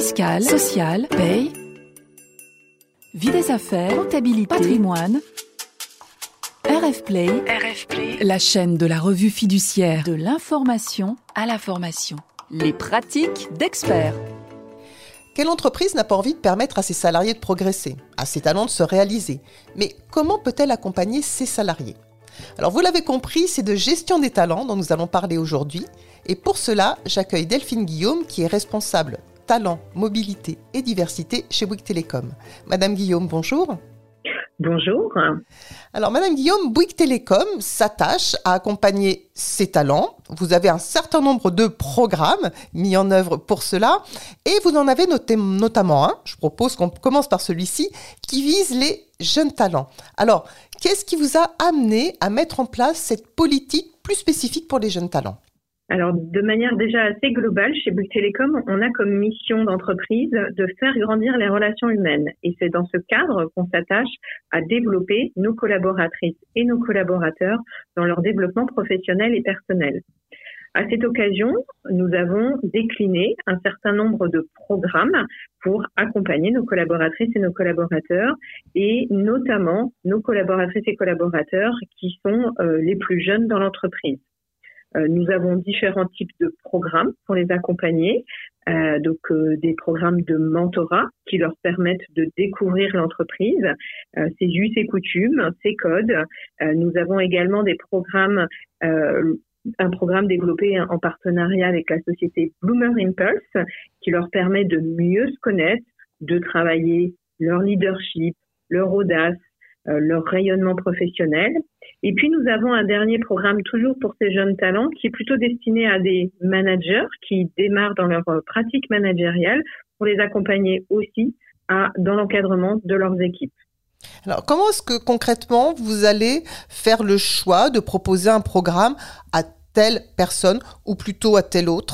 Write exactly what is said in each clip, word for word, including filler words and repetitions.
fiscale, sociale, paye, vie des affaires, comptabilité, patrimoine. R F Play, R F Play, la chaîne de la revue fiduciaire de l'information à la formation. Les pratiques d'experts. Quelle entreprise n'a pas envie de permettre à ses salariés de progresser, à ses talents de se réaliser? Mais comment peut-elle accompagner ses salariés? Alors vous l'avez compris, c'est de gestion des talents dont nous allons parler aujourd'hui. Et pour cela, j'accueille Delphine Guillaume qui est responsable talent, mobilité et diversité chez Bouygues Télécom. Madame Guillaume, bonjour. Bonjour. Alors, Madame Guillaume, Bouygues Télécom s'attache à accompagner ses talents. Vous avez un certain nombre de programmes mis en œuvre pour cela. Et vous en avez noté, notamment un, je propose qu'on commence par celui-ci, qui vise les jeunes talents. Alors, qu'est-ce qui vous a amené à mettre en place cette politique plus spécifique pour les jeunes talents ? Alors, de manière déjà assez globale, chez Bouygues Télécom, on a comme mission d'entreprise de faire grandir les relations humaines. Et c'est dans ce cadre qu'on s'attache à développer nos collaboratrices et nos collaborateurs dans leur développement professionnel et personnel. À cette occasion, nous avons décliné un certain nombre de programmes pour accompagner nos collaboratrices et nos collaborateurs, et notamment nos collaboratrices et collaborateurs qui sont euh, les plus jeunes dans l'entreprise. Nous avons différents types de programmes pour les accompagner, euh, donc euh, des programmes de mentorat qui leur permettent de découvrir l'entreprise, euh, ses us et coutumes, ses codes. Euh, nous avons également des programmes, euh, un programme développé en partenariat avec la société Bloomer Impulse qui leur permet de mieux se connaître, de travailler leur leadership, leur audace, Euh, leur rayonnement professionnel. Et puis, nous avons un dernier programme toujours pour ces jeunes talents qui est plutôt destiné à des managers qui démarrent dans leur pratique managériale pour les accompagner aussi à, dans l'encadrement de leurs équipes. Alors, comment est-ce que concrètement vous allez faire le choix de proposer un programme à telle personne ou plutôt à telle autre ?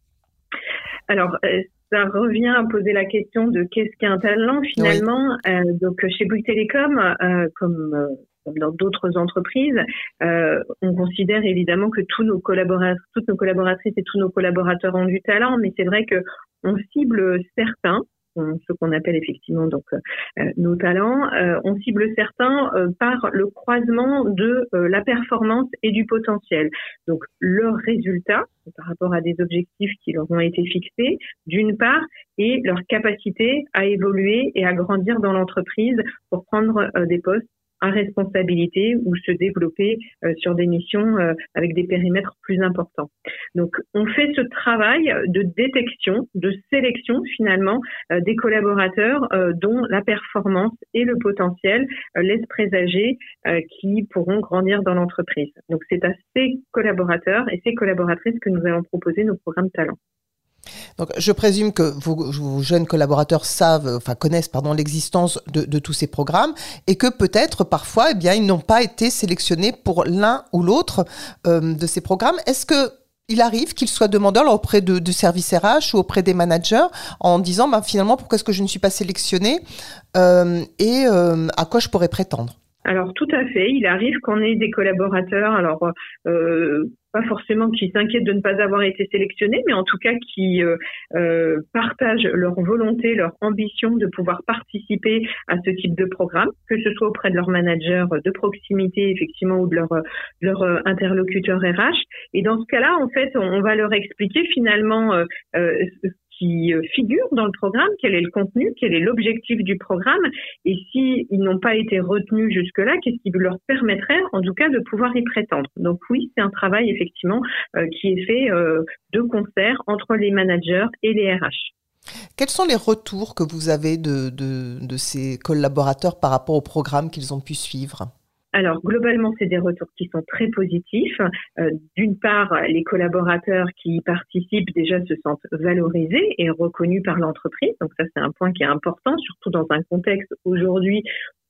Alors, euh, ça revient à poser la question de qu'est-ce qu'un talent finalement. Oui. Euh, donc chez Bouygues Télécom, euh, comme, euh, comme dans d'autres entreprises, euh, on considère évidemment que tous nos collaborateurs, toutes nos collaboratrices et tous nos collaborateurs ont du talent, mais c'est vrai que on cible certains, ce qu'on appelle effectivement donc euh, nos talents, euh, on cible certains euh, par le croisement de euh, la performance et du potentiel. Donc leurs résultats par rapport à des objectifs qui leur ont été fixés, d'une part, et leur capacité à évoluer et à grandir dans l'entreprise pour prendre euh, des postes à responsabilité ou se développer euh, sur des missions euh, avec des périmètres plus importants. Donc, on fait ce travail de détection, de sélection finalement euh, des collaborateurs euh, dont la performance et le potentiel euh, laissent présager euh, qui pourront grandir dans l'entreprise. Donc, c'est à ces collaborateurs et ces collaboratrices que nous allons proposer nos programmes talents. Donc, je présume que vos, vos jeunes collaborateurs savent, enfin connaissent, pardon, l'existence de, de tous ces programmes et que peut-être parfois, eh bien, ils n'ont pas été sélectionnés pour l'un ou l'autre euh, de ces programmes. Est-ce que il arrive qu'ils soient demandeurs auprès de, de services R H ou auprès des managers en disant, ben, finalement, pourquoi est-ce que je ne suis pas sélectionné euh, et euh, à quoi je pourrais prétendre ? Alors tout à fait, il arrive qu'on ait des collaborateurs, alors euh, pas forcément qui s'inquiètent de ne pas avoir été sélectionnés, mais en tout cas qui euh, euh, partagent leur volonté, leur ambition de pouvoir participer à ce type de programme, que ce soit auprès de leur manager de proximité effectivement ou de leur, de leur interlocuteur R H. Et dans ce cas-là, en fait, on va leur expliquer finalement euh, euh, qui figure dans le programme, quel est le contenu, quel est l'objectif du programme, et s'ils n'ont pas été retenus jusque-là, qu'est-ce qui leur permettrait en tout cas de pouvoir y prétendre. Donc oui, c'est un travail effectivement euh, qui est fait euh, de concert entre les managers et les R H. Quels sont les retours que vous avez de, de, de ces collaborateurs par rapport au programme qu'ils ont pu suivre ? Alors, globalement, c'est des retours qui sont très positifs. Euh, d'une part, les collaborateurs qui y participent déjà se sentent valorisés et reconnus par l'entreprise. Donc ça, c'est un point qui est important, surtout dans un contexte aujourd'hui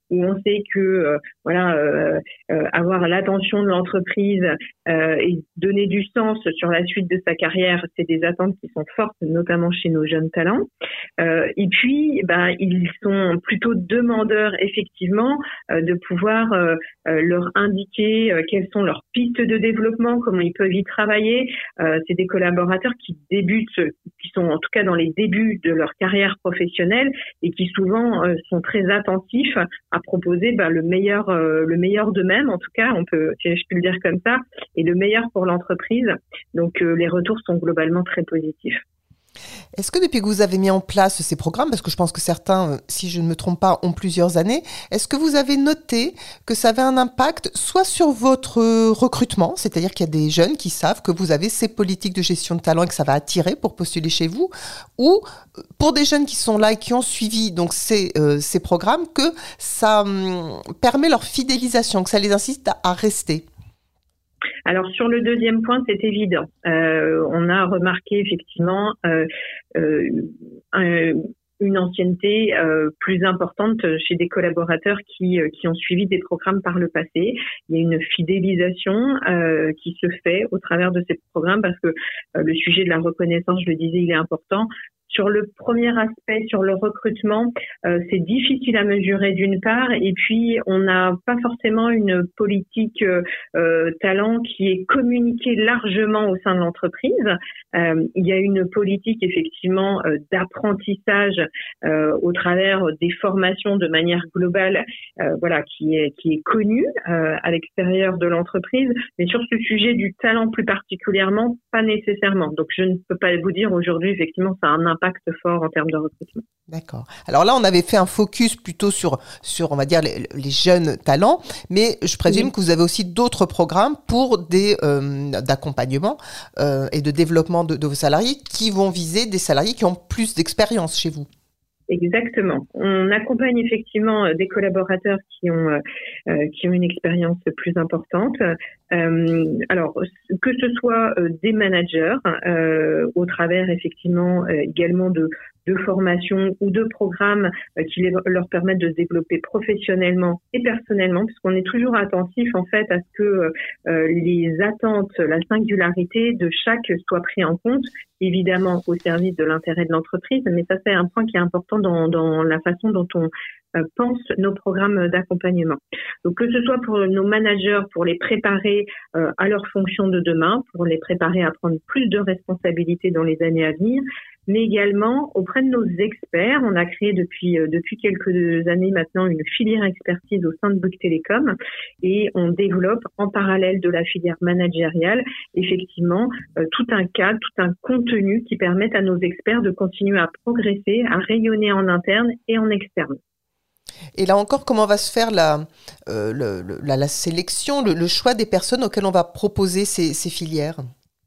où on sait que euh, voilà euh, euh, avoir l'attention de l'entreprise euh, et donner du sens sur la suite de sa carrière, c'est des attentes qui sont fortes, notamment chez nos jeunes talents. Euh, et puis, ben, ils sont plutôt demandeurs, effectivement, euh, de pouvoir euh, euh, leur indiquer euh, quelles sont leurs pistes de développement, comment ils peuvent y travailler. Euh, c'est des collaborateurs qui débutent, qui sont en tout cas dans les débuts de leur carrière professionnelle et qui souvent euh, sont très attentifs à proposer ben, le meilleur, euh, le meilleur d'eux-mêmes. En tout cas, on peut, si je peux le dire comme ça, et le meilleur pour l'entreprise. Donc, euh, les retours sont globalement très positifs. Est-ce que depuis que vous avez mis en place ces programmes, parce que je pense que certains, si je ne me trompe pas, ont plusieurs années, est-ce que vous avez noté que ça avait un impact soit sur votre recrutement, c'est-à-dire qu'il y a des jeunes qui savent que vous avez ces politiques de gestion de talent et que ça va attirer pour postuler chez vous, ou pour des jeunes qui sont là et qui ont suivi donc ces, euh, ces programmes, que ça hum, permet leur fidélisation, que ça les incite à, à rester? Alors sur le deuxième point, c'est évident. Euh, on a remarqué effectivement euh, euh, un, une ancienneté euh, plus importante chez des collaborateurs qui qui ont suivi des programmes par le passé. Il y a une fidélisation euh, qui se fait au travers de ces programmes parce que euh, le sujet de la reconnaissance, je le disais, il est important. Sur le premier aspect, sur le recrutement, euh, c'est difficile à mesurer d'une part, et puis on n'a pas forcément une politique euh, talent qui est communiquée largement au sein de l'entreprise. Euh, il y a une politique effectivement euh, d'apprentissage euh, au travers des formations de manière globale, euh, voilà, qui est qui est connue euh, à l'extérieur de l'entreprise, mais sur ce sujet du talent plus particulièrement, pas nécessairement. Donc je ne peux pas vous dire aujourd'hui effectivement ça a un impact impact fort en termes de recrutement. D'accord. Alors là, on avait fait un focus plutôt sur, sur on va dire, les, les jeunes talents, mais je présume oui. que vous avez aussi d'autres programmes pour des euh, d'accompagnement euh, et de développement de, de vos salariés qui vont viser des salariés qui ont plus d'expérience chez vous. Exactement. On accompagne effectivement des collaborateurs qui ont euh, qui ont une expérience plus importante. Euh, alors que ce soit des managers euh, au travers effectivement euh, également de de formation ou de programmes euh, qui les, leur permettent de se développer professionnellement et personnellement, puisqu'on est toujours attentif en fait à ce que euh, les attentes, la singularité de chaque soit pris en compte, évidemment au service de l'intérêt de l'entreprise, mais ça c'est un point qui est important dans, dans la façon dont on euh, pense nos programmes d'accompagnement. Donc que ce soit pour nos managers, pour les préparer euh, à leurs fonctions de demain, pour les préparer à prendre plus de responsabilités dans les années à venir, mais également auprès de nos experts. On a créé depuis euh, depuis quelques années maintenant une filière expertise au sein de Bouygues Télécom et on développe en parallèle de la filière managériale effectivement euh, tout un cadre, tout un contenu qui permettent à nos experts de continuer à progresser, à rayonner en interne et en externe. Et là encore, comment va se faire la, euh, le, le, la, la sélection, le, le choix des personnes auxquelles on va proposer ces, ces filières ?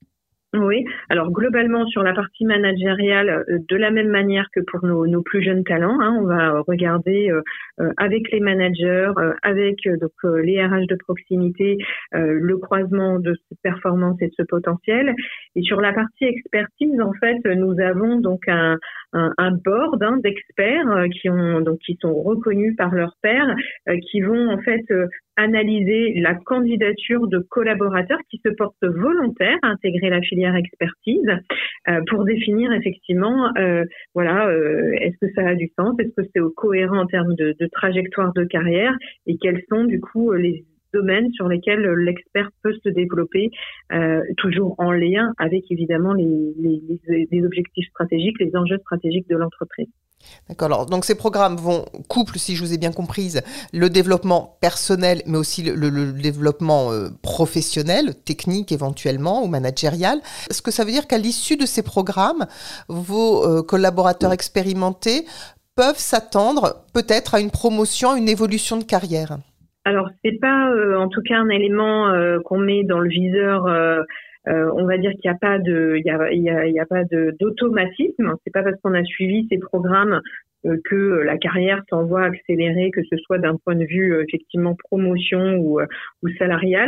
Oui, alors globalement sur la partie managériale, euh, de la même manière que pour nos, nos plus jeunes talents, hein, on va regarder euh, euh, avec les managers, euh, avec euh, donc euh, les R H de proximité, euh, le croisement de cette performance et de ce potentiel. Et sur la partie expertise, en fait, nous avons donc un, un, un board hein, d'experts euh, qui ont donc qui sont reconnus par leurs pairs, euh, qui vont en fait euh, analyser la candidature de collaborateurs qui se portent volontaires à intégrer la filière expertise euh, pour définir effectivement euh, voilà euh, est-ce que ça a du sens, est-ce que c'est cohérent en termes de, de trajectoire de carrière et quels sont du coup les domaines sur lesquels l'expert peut se développer, euh, toujours en lien avec évidemment les, les, les, les objectifs stratégiques, les enjeux stratégiques de l'entreprise. D'accord. Alors, donc ces programmes vont couplent, si je vous ai bien comprise, le développement personnel, mais aussi le, le, le développement euh, professionnel, technique éventuellement ou managérial. Est-ce que ça veut dire qu'à l'issue de ces programmes, vos euh, collaborateurs expérimentés peuvent s'attendre peut-être à une promotion, à une évolution de carrière ? Alors, c'est pas euh, en tout cas un élément euh, qu'on met dans le viseur. Euh, Euh, on va dire qu'il n'y a pas de, il y a, il y a, il y a pas de d'automatisme. C'est pas parce qu'on a suivi ces programmes euh, que la carrière s'en voit accélérer, que ce soit d'un point de vue euh, effectivement promotion ou, ou salarial.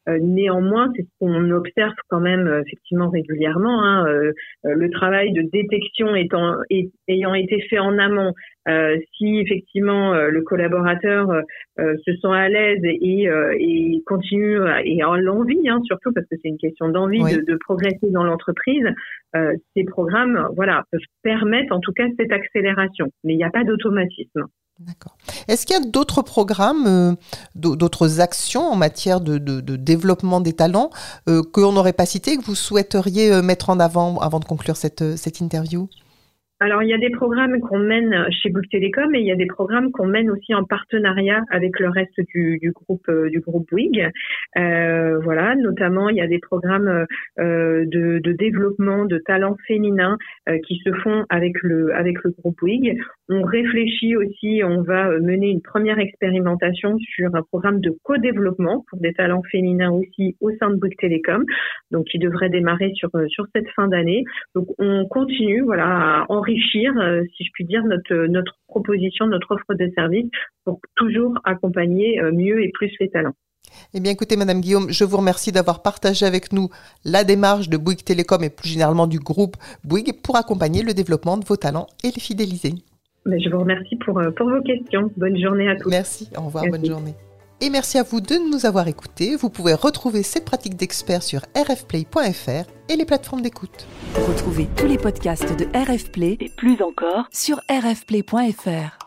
Euh, néanmoins, c'est ce qu'on observe quand même euh, effectivement régulièrement. Hein, euh, le travail de détection étant, est, ayant été fait en amont, euh, si effectivement euh, le collaborateur euh, se sent à l'aise et, euh, et continue à, et a l'envie, hein, surtout parce que c'est une question d'envie oui. de, de progresser dans l'entreprise, euh, ces programmes, voilà, peuvent permettre en tout cas cette accélération. Mais il n'y a pas d'automatisme. D'accord. Est-ce qu'il y a d'autres programmes, euh, d'autres actions en matière de, de, de développement des talents euh, qu'on n'aurait pas cité, que vous souhaiteriez euh, mettre en avant avant de conclure cette, cette interview ? Alors, il y a des programmes qu'on mène chez Bouygues Telecom et il y a des programmes qu'on mène aussi en partenariat avec le reste du, du groupe euh, du groupe Bouygues. Euh, voilà, notamment il y a des programmes euh, de, de développement de talents féminins euh, qui se font avec le avec le groupe Bouygues. On réfléchit aussi, on va mener une première expérimentation sur un programme de co-développement pour des talents féminins aussi au sein de Bouygues Telecom, donc qui devrait démarrer sur sur cette fin d'année. Donc on continue, voilà, à enrichir, euh, si je puis dire, notre notre proposition, notre offre de service pour toujours accompagner euh, mieux et plus les talents. Eh bien, écoutez, Madame Guillaume, je vous remercie d'avoir partagé avec nous la démarche de Bouygues Telecom et plus généralement du groupe Bouygues pour accompagner le développement de vos talents et les fidéliser. Mais je vous remercie pour, pour vos questions. Bonne journée à tous. Merci, au revoir, merci. Bonne journée. Et merci à vous de nous avoir écoutés. Vous pouvez retrouver ces pratiques d'experts sur r f play point f r et les plateformes d'écoute. Retrouvez tous les podcasts de R F Play et plus encore sur r f play point f r.